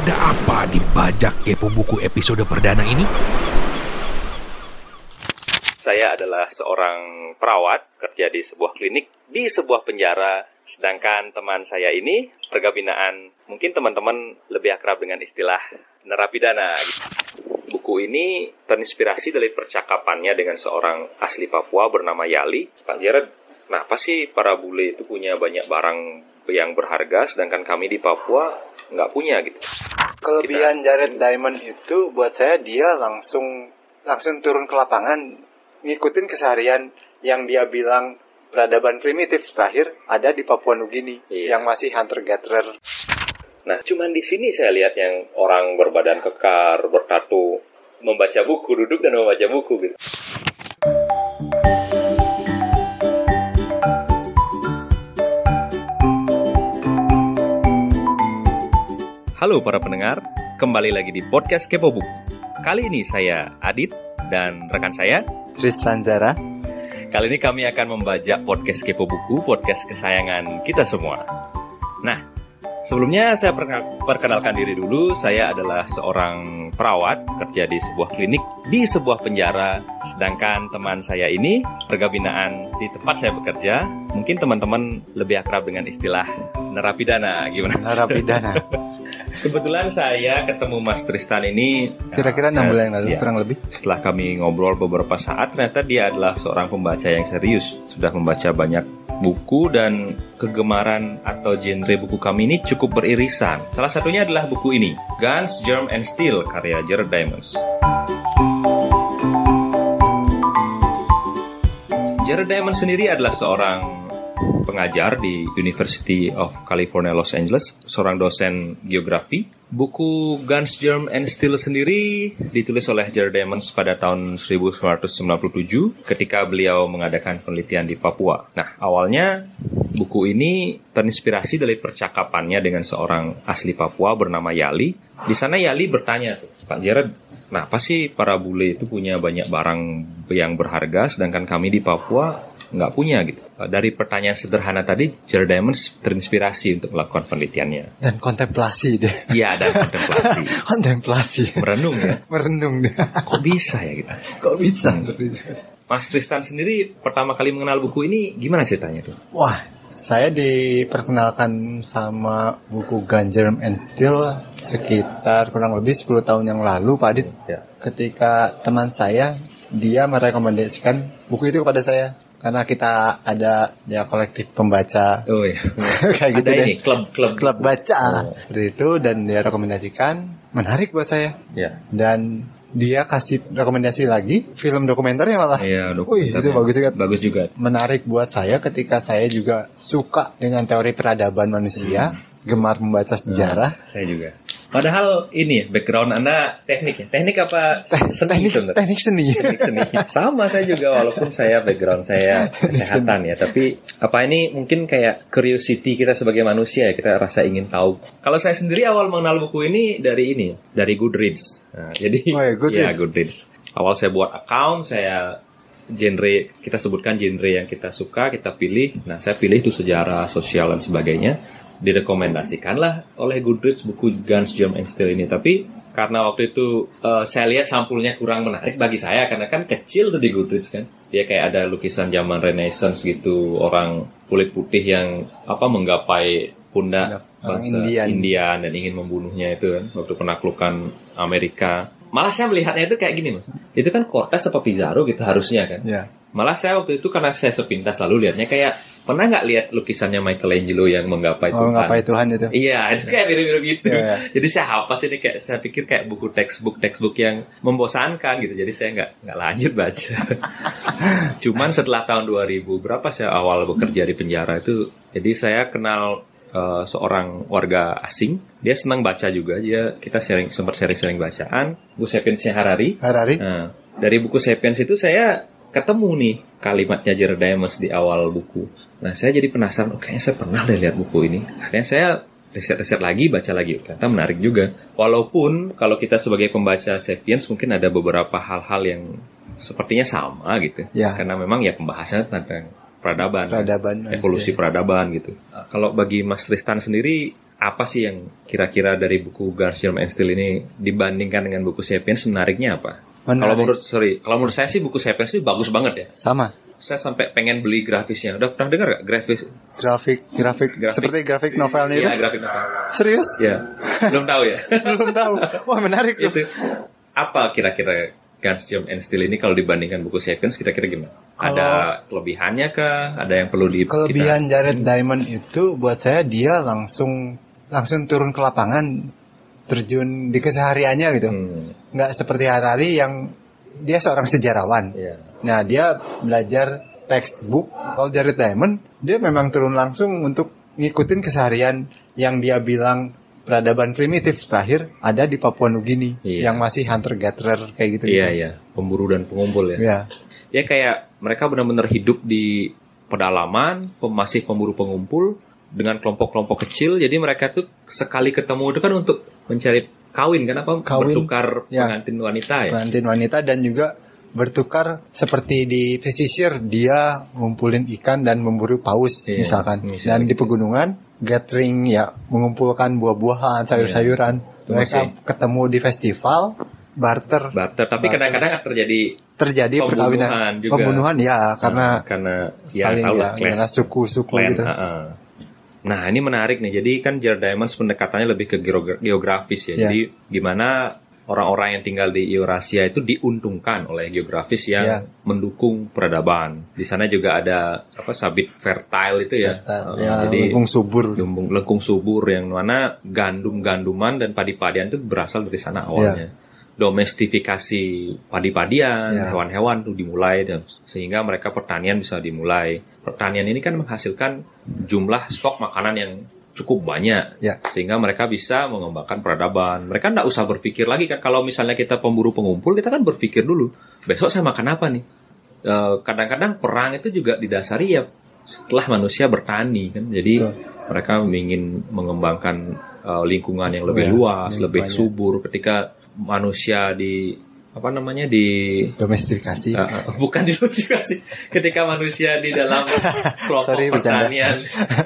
Ada apa di Bajak Kepo Buku episode perdana ini? Saya adalah seorang perawat, kerja di sebuah klinik, di sebuah penjara. Sedangkan teman saya ini, warga binaan, mungkin teman-teman lebih akrab dengan istilah narapidana. Buku ini terinspirasi dari percakapannya dengan seorang asli Papua bernama Yali. Pak Jared, kenapa sih para bule itu punya banyak barang yang berharga, sedangkan kami di Papua nggak punya gitu? Kelebihan Jared Diamond itu buat saya dia langsung turun ke lapangan, ngikutin keseharian yang dia bilang peradaban primitif terakhir ada di Papua Nugini, yang masih hunter-gatherer. Nah, cuman di sini saya lihat yang orang berbadan kekar, bertato, membaca buku, duduk dan membaca buku gitu. Halo para pendengar, kembali lagi di podcast Kepo Buku. Kali ini saya Adit dan rekan saya Tristan Zara. Kali ini kami akan membajak podcast Kepo Buku, podcast kesayangan kita semua. Nah, sebelumnya saya perkenalkan diri dulu. Saya adalah seorang perawat, kerja di sebuah klinik, di sebuah penjara. Sedangkan teman saya ini, warga binaan di tempat saya bekerja. Mungkin teman-teman lebih akrab dengan istilah narapidana. Gimana? Narapidana. Kebetulan saya ketemu Mas Tristan ini kira-kira 6 bulan yang lalu, kurang lebih. Setelah kami ngobrol beberapa saat, ternyata dia adalah seorang pembaca yang serius. Sudah membaca banyak buku dan kegemaran atau genre buku kami ini cukup beririsan. Salah satunya adalah buku ini, Guns, Germs, and Steel, karya Jared Diamond. Jared Diamond sendiri adalah seorang pengajar di University of California, Los Angeles, seorang dosen geografi. Buku Guns, Germs, and Steel sendiri ditulis oleh Jared Diamond pada tahun 1997 ketika beliau mengadakan penelitian di Papua. Nah, awalnya buku ini terinspirasi dari percakapannya dengan seorang asli Papua bernama Yali. Di sana Yali bertanya, Pak Jared, kenapa sih para bule itu punya banyak barang yang berharga, sedangkan kami di Papua nggak punya gitu. Dari pertanyaan sederhana tadi, Jared Diamond terinspirasi untuk melakukan penelitiannya. Dan kontemplasi deh. Iya, dan kontemplasi. Kontemplasi. Merenung ya. Merenung deh. Kok bisa ya gitu? Kok bisa seperti itu? Mas Tristan sendiri pertama kali mengenal buku ini gimana ceritanya tuh? Wah, saya diperkenalkan sama buku Guns, Germs, and Steel sekitar kurang lebih 10 tahun yang lalu, Pak Adit. Ya. Ketika teman saya, dia merekomendasikan buku itu kepada saya. Karena kita ada ya kolektif pembaca. Oh iya. Kayak gitu ada deh. Ini klub baca. Oh. Seperti itu, dan dia rekomendasikan, menarik buat saya. Ya. Dan dia kasih rekomendasi lagi film dokumenternya malah. Iya, Wih, itu bagus juga. Bagus juga. Menarik buat saya ketika saya juga suka dengan teori peradaban manusia, gemar membaca sejarah. Saya juga. Padahal ini ya, background Anda teknik ya? Teknik apa seni? Teknik seni. Teknik seni. Sama saya juga, walaupun saya background saya kesehatan ya. Tapi apa ini mungkin kayak curiosity kita sebagai manusia ya, kita rasa ingin tahu. Kalau saya sendiri awal mengenal buku ini, dari Goodreads. Nah, jadi Goodreads. Awal saya buat account, genre, kita sebutkan genre yang kita suka, kita pilih. Nah, saya pilih itu sejarah, sosial, dan sebagainya. Direkomendasikanlah oleh Goodreads buku Guns, Germs, and Steel ini. Tapi karena waktu itu saya lihat sampulnya kurang menarik bagi saya, karena kan kecil tuh di Goodreads kan. Dia kayak ada lukisan zaman Renaissance gitu, orang kulit putih yang menggapai pundak bangsa Indian dan ingin membunuhnya itu kan, waktu penaklukan Amerika. Malah saya melihatnya itu kayak gini, Mas. Itu kan Cortez apa Pizarro gitu harusnya kan. Yeah. Malah saya waktu itu karena saya sepintas lalu lihatnya kayak, pernah nggak lihat lukisannya Michelangelo yang menggapai Tuhan? Menggapai Tuhan itu. Iya, itu kayak mirip-mirip gitu. Yeah. Jadi saya hafal ini kayak, saya pikir kayak buku textbook yang membosankan gitu. Jadi saya nggak lanjut baca. Cuman setelah tahun 2000 berapa saya awal bekerja di penjara itu, jadi saya kenal seorang warga asing. Dia senang baca juga. Kita sempat sharing bacaan. Buku Sapiensnya Harari. Nah, dari buku Sapiens itu saya ketemu nih kalimatnya Jared Diamond di awal buku. Nah, saya jadi penasaran, kayaknya saya pernah lihat buku ini. Akhirnya saya riset lagi, baca lagi. Ternyata menarik juga. Walaupun kalau kita sebagai pembaca Sapiens mungkin ada beberapa hal-hal yang sepertinya sama gitu. Ya. Karena memang ya pembahasannya tentang peradaban, evolusi peradaban gitu. Kalau bagi Mas Tristan sendiri, apa sih yang kira-kira dari buku Guns, Germs and Steel ini dibandingkan dengan buku Sapiens menariknya apa? Kalau menurut saya sih buku Sapiens itu bagus banget ya. Sama. Saya sampai pengen beli grafisnya. Udah pernah dengar gak Grafik seperti grafik novelnya itu? Iya, grafik novel. Serius? Ya, belum tahu ya. Belum tahu. Wah, menarik tuh. Itu apa kira-kira Guns, Germs and Steel ini kalau dibandingkan buku Sapiens kira-kira gimana? Ada kelebihannya kah? Ada yang perlu Kelebihan Jared Diamond itu buat saya dia langsung turun ke lapangan, terjun di kesehariannya gitu. Nggak seperti Harari yang dia seorang sejarawan. Yeah. Nah, dia belajar textbook. Kalau Jared Diamond, dia memang turun langsung untuk ngikutin keseharian yang dia bilang peradaban primitif terakhir ada di Papua Nugini, yang masih hunter-gatherer kayak gitu. Iya, pemburu dan pengumpul ya. Iya. Ya kayak mereka benar-benar hidup di pedalaman, masih pemburu pengumpul dengan kelompok-kelompok kecil. Jadi mereka tuh sekali ketemu itu kan untuk mencari kawin kan, bertukar pengantin wanita ya. Pengantin wanita dan juga bertukar seperti di pesisir, dia ngumpulin ikan dan memburu paus misalkan. Dan di pegunungan gathering ya, mengumpulkan buah-buahan, sayur-sayuran. Mereka ketemu di festival, barter. Tapi kadang-kadang terjadi perkawinan juga. Pembunuhan ya, karena ya tahu lah, suku-suku gitu. Nah, ini menarik nih. Jadi kan Jared Diamond pendekatannya lebih ke geografis ya. Jadi gimana orang-orang yang tinggal di Eurasia itu diuntungkan oleh geografis yang mendukung peradaban. Di sana juga ada sabit fertile itu ya. Jadi lengkung subur yang mana ganduman dan padi-padian itu berasal dari sana awalnya. Domestifikasi padi-padian, hewan-hewan itu dimulai sehingga mereka pertanian bisa dimulai. Pertanian ini kan menghasilkan jumlah stok makanan yang cukup banyak, sehingga mereka bisa mengembangkan peradaban. Mereka nggak usah berpikir lagi kan, kalau misalnya kita pemburu pengumpul, kita kan berpikir dulu, besok saya makan apa nih? Kadang-kadang perang itu juga didasari ya setelah manusia bertani kan, jadi mereka ingin mengembangkan lingkungan yang lebih luas, lebih subur. Ketika manusia di domestifikasi. Bukan domestifikasi. Ketika manusia di dalam kelompok pertanian,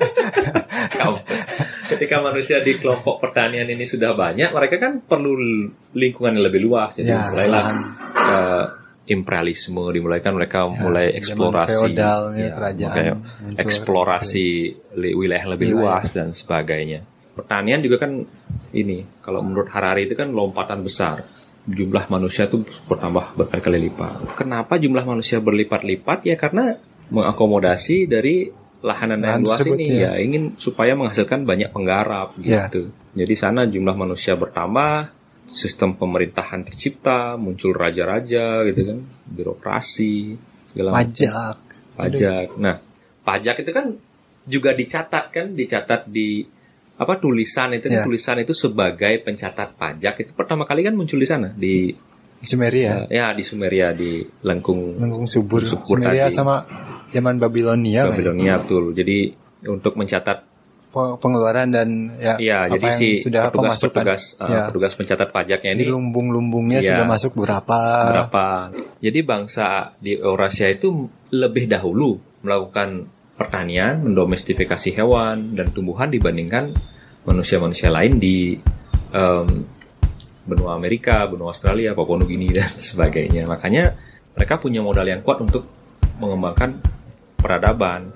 ketika manusia di kelompok pertanian ini sudah banyak, mereka kan perlu lingkungan yang lebih luas. Jadi mulailah imperialisme dimulaikan, mereka mulai eksplorasi feodal, kerajaan, eksplorasi wilayah lebih luas dan sebagainya. Pertanian juga kan ini, kalau menurut Harari itu kan lompatan besar. Jumlah manusia itu bertambah berkali-kali lipat. Kenapa jumlah manusia berlipat-lipat? Ya karena mengakomodasi dari lahan yang luas ini ya ingin supaya menghasilkan banyak penggarap gitu. Jadi sana jumlah manusia bertambah, sistem pemerintahan tercipta, muncul raja-raja gitu kan, birokrasi, segala pajak. Nah, pajak itu kan juga dicatat di tulisan itu tulisan itu sebagai pencatat pajak itu pertama kali kan muncul di sana di Sumeria. Di Sumeria, di lengkung subur Sumeria tadi. Sama zaman Babilonia betul. Jadi untuk mencatat pengeluaran dan jadi si petugas pencatat pajaknya ini di lumbung-lumbungnya sudah masuk berapa. Jadi bangsa di Eurasia itu lebih dahulu melakukan pertanian, mendomestifikasi hewan dan tumbuhan dibandingkan manusia-manusia lain di benua Amerika, benua Australia, Papua Nugini dan sebagainya. Makanya mereka punya modal yang kuat untuk mengembangkan peradaban.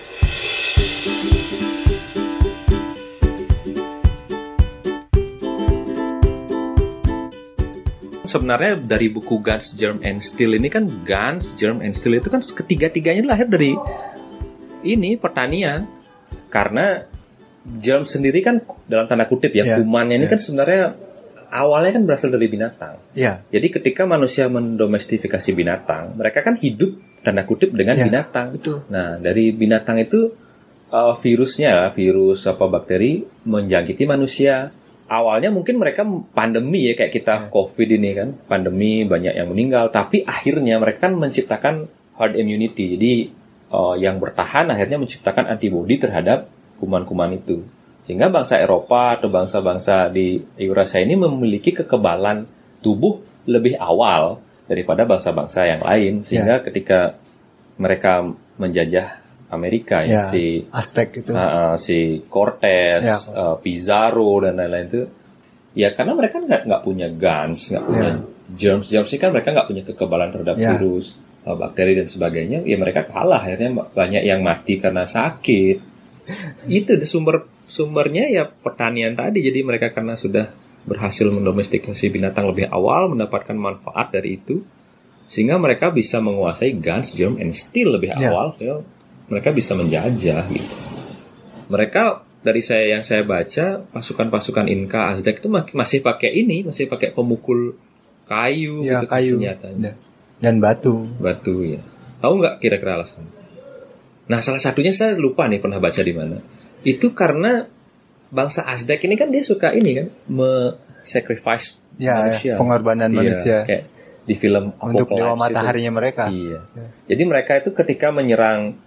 Sebenarnya dari buku Guns, Germs and Steel ini kan Guns, Germs and Steel itu kan ketiga-tiganya lahir dari ini pertanian, karena germ sendiri kan dalam tanda kutip kumannya ini kan sebenarnya awalnya kan berasal dari binatang. Jadi ketika manusia mendomestifikasi binatang, mereka kan hidup tanda kutip dengan binatang. Betul. Nah dari binatang itu virus bakteri menjangkiti manusia. Awalnya mungkin mereka pandemi kayak kita COVID ini kan, pandemi banyak yang meninggal, tapi akhirnya mereka kan menciptakan herd immunity. Jadi yang bertahan akhirnya menciptakan antibodi terhadap kuman-kuman itu. Sehingga bangsa Eropa atau bangsa-bangsa di Eurasia ini memiliki kekebalan tubuh lebih awal daripada bangsa-bangsa yang lain. Sehingga ketika mereka menjajah Amerika ya, si Aztec itu. Si Cortez, Ya. Pizarro dan lain-lain itu. Ya karena mereka nggak punya guns, nggak punya germs sih kan, mereka nggak punya kekebalan terhadap virus, bakteri dan sebagainya. Ya mereka kalah, akhirnya banyak yang mati karena sakit. Itu sumbernya ya pertanian tadi. Jadi mereka karena sudah berhasil mendomestikasi binatang lebih awal, mendapatkan manfaat dari itu, sehingga mereka bisa menguasai guns, germ, and steel lebih awal. So, mereka bisa menjajah gitu. Mereka dari yang saya baca, pasukan-pasukan Inka, Aztec itu masih pakai pemukul kayu gitu, kayu senjatanya. Dan batu ya. Tahu nggak kira-kira alasan? Nah, salah satunya saya lupa nih, pernah baca di mana. Itu karena bangsa Aztec ini kan dia suka ini kan, sacrifice manusia, pengorbanan manusia, kayak di film untuk dewa Apocalypse mataharinya itu. mereka. Jadi mereka itu ketika menyerang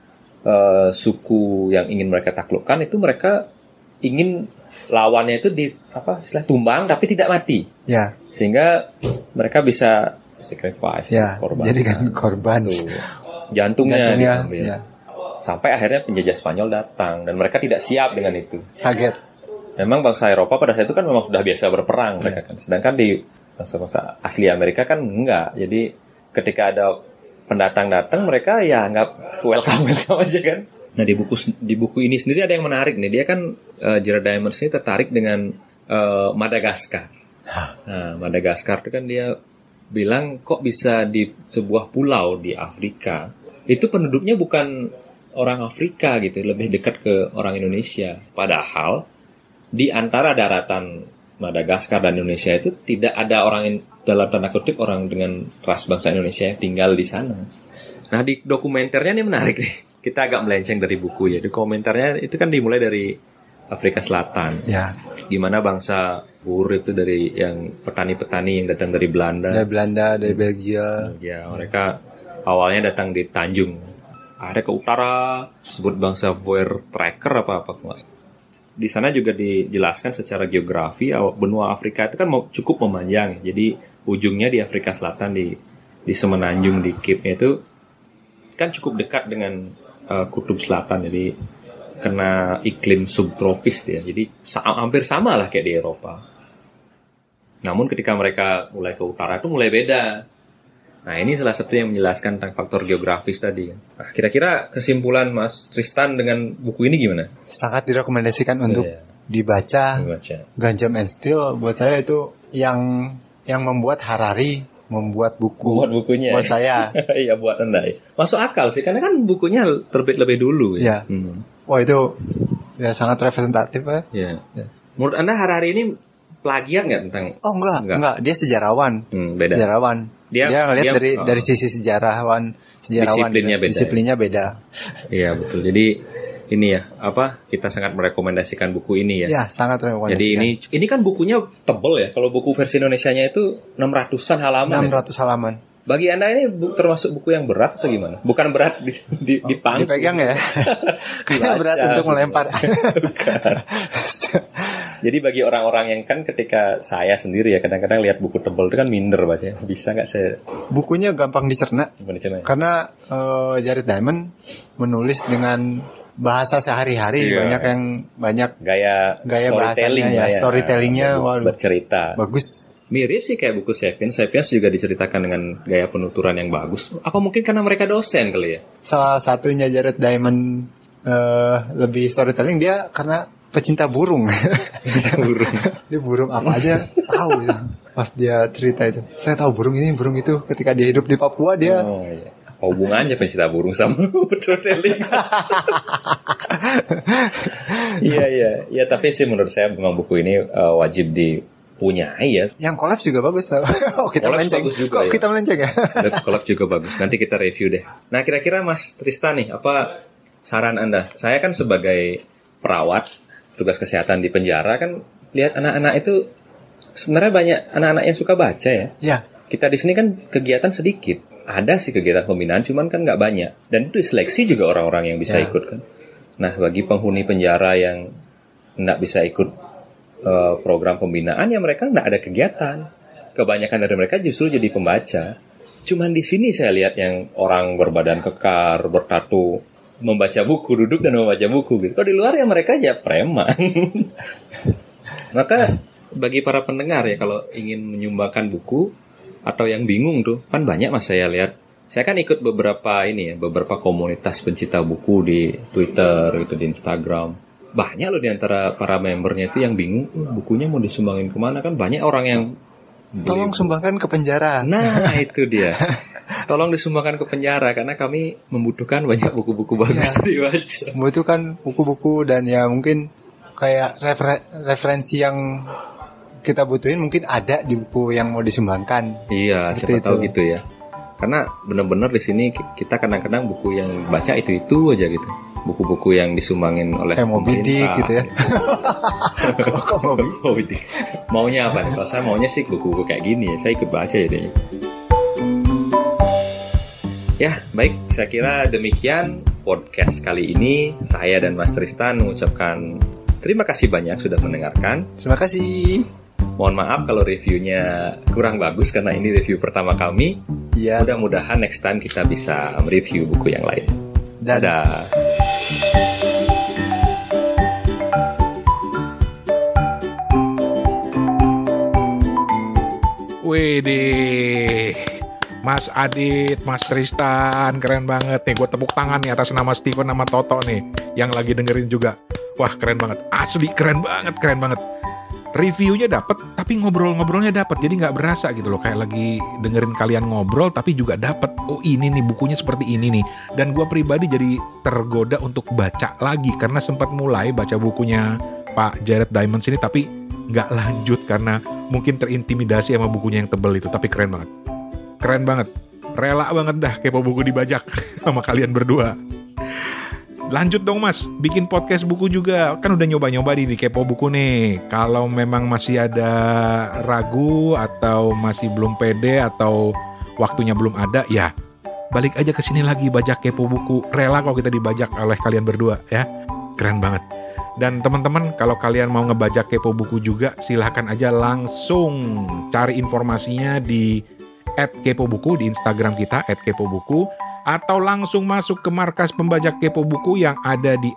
suku yang ingin mereka taklukkan, itu mereka ingin lawannya itu tumbang tapi tidak mati. Sehingga mereka bisa sacrifice, korban. Jadi kan korban. Jantungnya diambil. Sampai akhirnya penjajah Spanyol datang dan mereka tidak siap dengan itu. Kaget. Memang bangsa Eropa pada saat itu kan memang sudah biasa berperang mereka kan. Sedangkan di bangsa-bangsa asli Amerika kan enggak. Jadi ketika ada pendatang datang, mereka ya nggak welcome aja kan. Nah di buku ini sendiri ada yang menarik nih. Dia kan Jared Diamonds ini tertarik dengan Madagaskar. Nah Madagaskar itu kan dia bilang kok bisa di sebuah pulau di Afrika itu penduduknya bukan orang Afrika gitu, lebih dekat ke orang Indonesia. Padahal di antara daratan Madagaskar dan Indonesia itu tidak ada orang dalam tanda kutip orang dengan ras bangsa Indonesia yang tinggal di sana. Nah di dokumenternya ini menarik nih. Kita agak melenceng dari buku ya. Dokumenternya itu kan dimulai dari Afrika Selatan. Gimana bangsa Boer itu dari yang petani-petani yang datang dari Belanda. Dari Belgia. Ya mereka awalnya datang di Tanjung. Ada ke utara, sebut bangsa Voortrekker apa-apa. Di sana juga dijelaskan secara geografi benua Afrika itu kan cukup memanjang. Jadi ujungnya di Afrika Selatan di semenanjung di Cape-nya itu kan cukup dekat dengan kutub selatan. Jadi kena iklim subtropis ya. Jadi hampir sama lah kayak di Eropa. Namun ketika mereka mulai ke utara itu mulai beda. Nah ini salah satu yang menjelaskan tentang faktor geografis tadi. Nah, kira-kira kesimpulan Mas Tristan dengan buku ini gimana? Sangat direkomendasikan untuk dibaca. Guns, Germs, and Steel buat saya itu yang membuat Harari membuat bukunya buat saya. Iya buat Anda. Masuk akal sih karena kan bukunya terbit lebih dulu ya. Wah itu ya sangat representatif ya. Menurut Anda Harari ini plagiat nggak tentang? Oh enggak. Dia sejarawan. Beda. Sejarawan. Dia ngelihat dari sisi sejarawan disiplinnya beda. Iya betul. Jadi ini ya kita sangat merekomendasikan buku ini ya. Ya sangat rekomendasikan. Jadi ini kan bukunya tebel ya. Kalau buku versi Indonesianya itu 600-an halaman. 600 halaman. Bagi Anda ini termasuk buku yang berat atau gimana? Bukan berat dipangku. Dipegang ya. Berat untuk melempar. Jadi bagi orang-orang yang kan ketika saya sendiri ya kadang-kadang lihat buku tebal itu kan minder baca. Bisa nggak saya? Bukunya gampang dicerna. Karena Jared Diamond menulis dengan bahasa sehari-hari, banyak gaya bahasanya storytellingnya bercerita. Bagus. Mirip sih kayak buku Sapiens. Sapiens juga diceritakan dengan gaya penuturan yang bagus. Apa mungkin karena mereka dosen kali ya? Salah satunya Jared Diamond lebih storytelling dia karena pecinta burung. Dia burung apa aja tahu ya. Pas dia cerita itu, saya tahu burung ini, burung itu. Ketika dia hidup di Papua dia. Hubungannya pecinta burung sama storytelling. Iya. Tapi sih menurut saya memang buku ini wajib dipunyai ya. Yang collab juga bagus. Kita melenceng. Kita melenceng ya. Collab juga bagus. Nanti kita review deh. Nah kira-kira Mas Tristan nih, apa saran Anda? Saya kan sebagai perawat, tugas kesehatan di penjara kan lihat anak-anak itu sebenarnya banyak anak-anak yang suka baca ya. Kita di sini kan kegiatan sedikit. Ada sih kegiatan pembinaan, cuman kan nggak banyak. Dan itu diseleksi juga orang-orang yang bisa ikut kan. Nah, bagi penghuni penjara yang nggak bisa ikut program pembinaan, ya mereka nggak ada kegiatan. Kebanyakan dari mereka justru jadi pembaca. Cuman di sini saya lihat yang orang berbadan kekar, bertato, membaca buku, duduk dan membaca buku gitu. Kalau di luar ya mereka aja preman. Maka bagi para pendengar ya, kalau ingin menyumbangkan buku atau yang bingung tuh, kan banyak Mas saya lihat. Saya kan ikut beberapa komunitas pencinta buku di Twitter gitu, di Instagram. Banyak loh di antara para membernya itu yang bingung, bukunya mau disumbangin kemana, kan banyak orang yang Tolong sumbangkan ke penjara. Nah itu dia. Tolong disumbangkan ke penjara karena kami membutuhkan banyak buku-buku bagus dibaca. Membutuhkan buku-buku dan ya mungkin kayak referensi yang kita butuhin mungkin ada di buku yang mau disumbangkan. Iya, siapa tahu gitu ya. Karena benar-benar di sini kita kadang-kadang buku yang baca itu aja gitu. Buku-buku yang disumbangin oleh Moby Dick gitu ya. Moby Dick. Maunya apa nih? Kalau saya maunya sih buku-buku kayak gini. Saya ikut baca jadinya. Ya, baik. Saya kira demikian podcast kali ini. Saya dan Mas Tristan mengucapkan terima kasih banyak sudah mendengarkan. Terima kasih. Mohon maaf kalau reviewnya kurang bagus karena ini review pertama kami. Iya. Mudah-mudahan next time kita bisa mereview buku yang lain. Dadah. Widih, Mas Adit, Mas Tristan, keren banget nih. Gue tepuk tangan nih atas nama Steven sama Toto nih yang lagi dengerin juga. Wah keren banget, asli keren banget. Reviewnya dapet, tapi ngobrol-ngobrolnya dapet. Jadi nggak berasa gitu loh, kayak lagi dengerin kalian ngobrol, tapi juga dapet. Oh ini nih bukunya seperti ini nih. Dan gue pribadi jadi tergoda untuk baca lagi karena sempat mulai baca bukunya Pak Jared Diamond ini, tapi nggak lanjut karena mungkin terintimidasi sama bukunya yang tebel itu. Tapi keren banget, rela banget dah kepo buku dibajak sama kalian berdua. Lanjut dong Mas, bikin podcast buku juga. Kan udah nyoba-nyoba di kepo buku nih. Kalau memang masih ada ragu atau masih belum pede atau waktunya belum ada, ya balik aja ke sini lagi bajak kepo buku. Rela kalau kita dibajak oleh kalian berdua ya. Keren banget. Dan teman-teman, kalau kalian mau ngebajak kepo buku juga, silahkan aja langsung cari informasinya di @kepobuku di Instagram kita @kepobuku, atau langsung masuk ke markas pembajak kepo buku yang ada di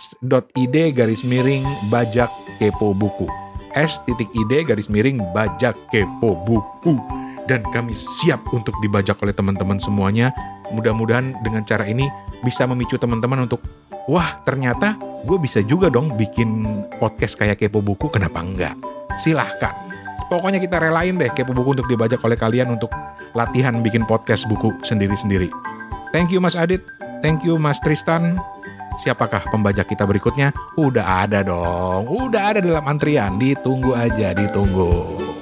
s.id_bajak kepo buku. s.id_bajak kepo buku. Dan kami siap untuk dibajak oleh teman-teman semuanya. Mudah-mudahan dengan cara ini bisa memicu teman-teman untuk, wah ternyata gue bisa juga dong bikin podcast kayak kepo buku, kenapa enggak? Silahkan. Pokoknya kita relain deh kepo buku untuk dibajak oleh kalian untuk latihan bikin podcast buku sendiri-sendiri. Thank you Mas Adit, thank you Mas Tristan. Siapakah pembajak kita berikutnya? Udah ada dong, udah ada dalam antrian. Ditunggu aja, ditunggu.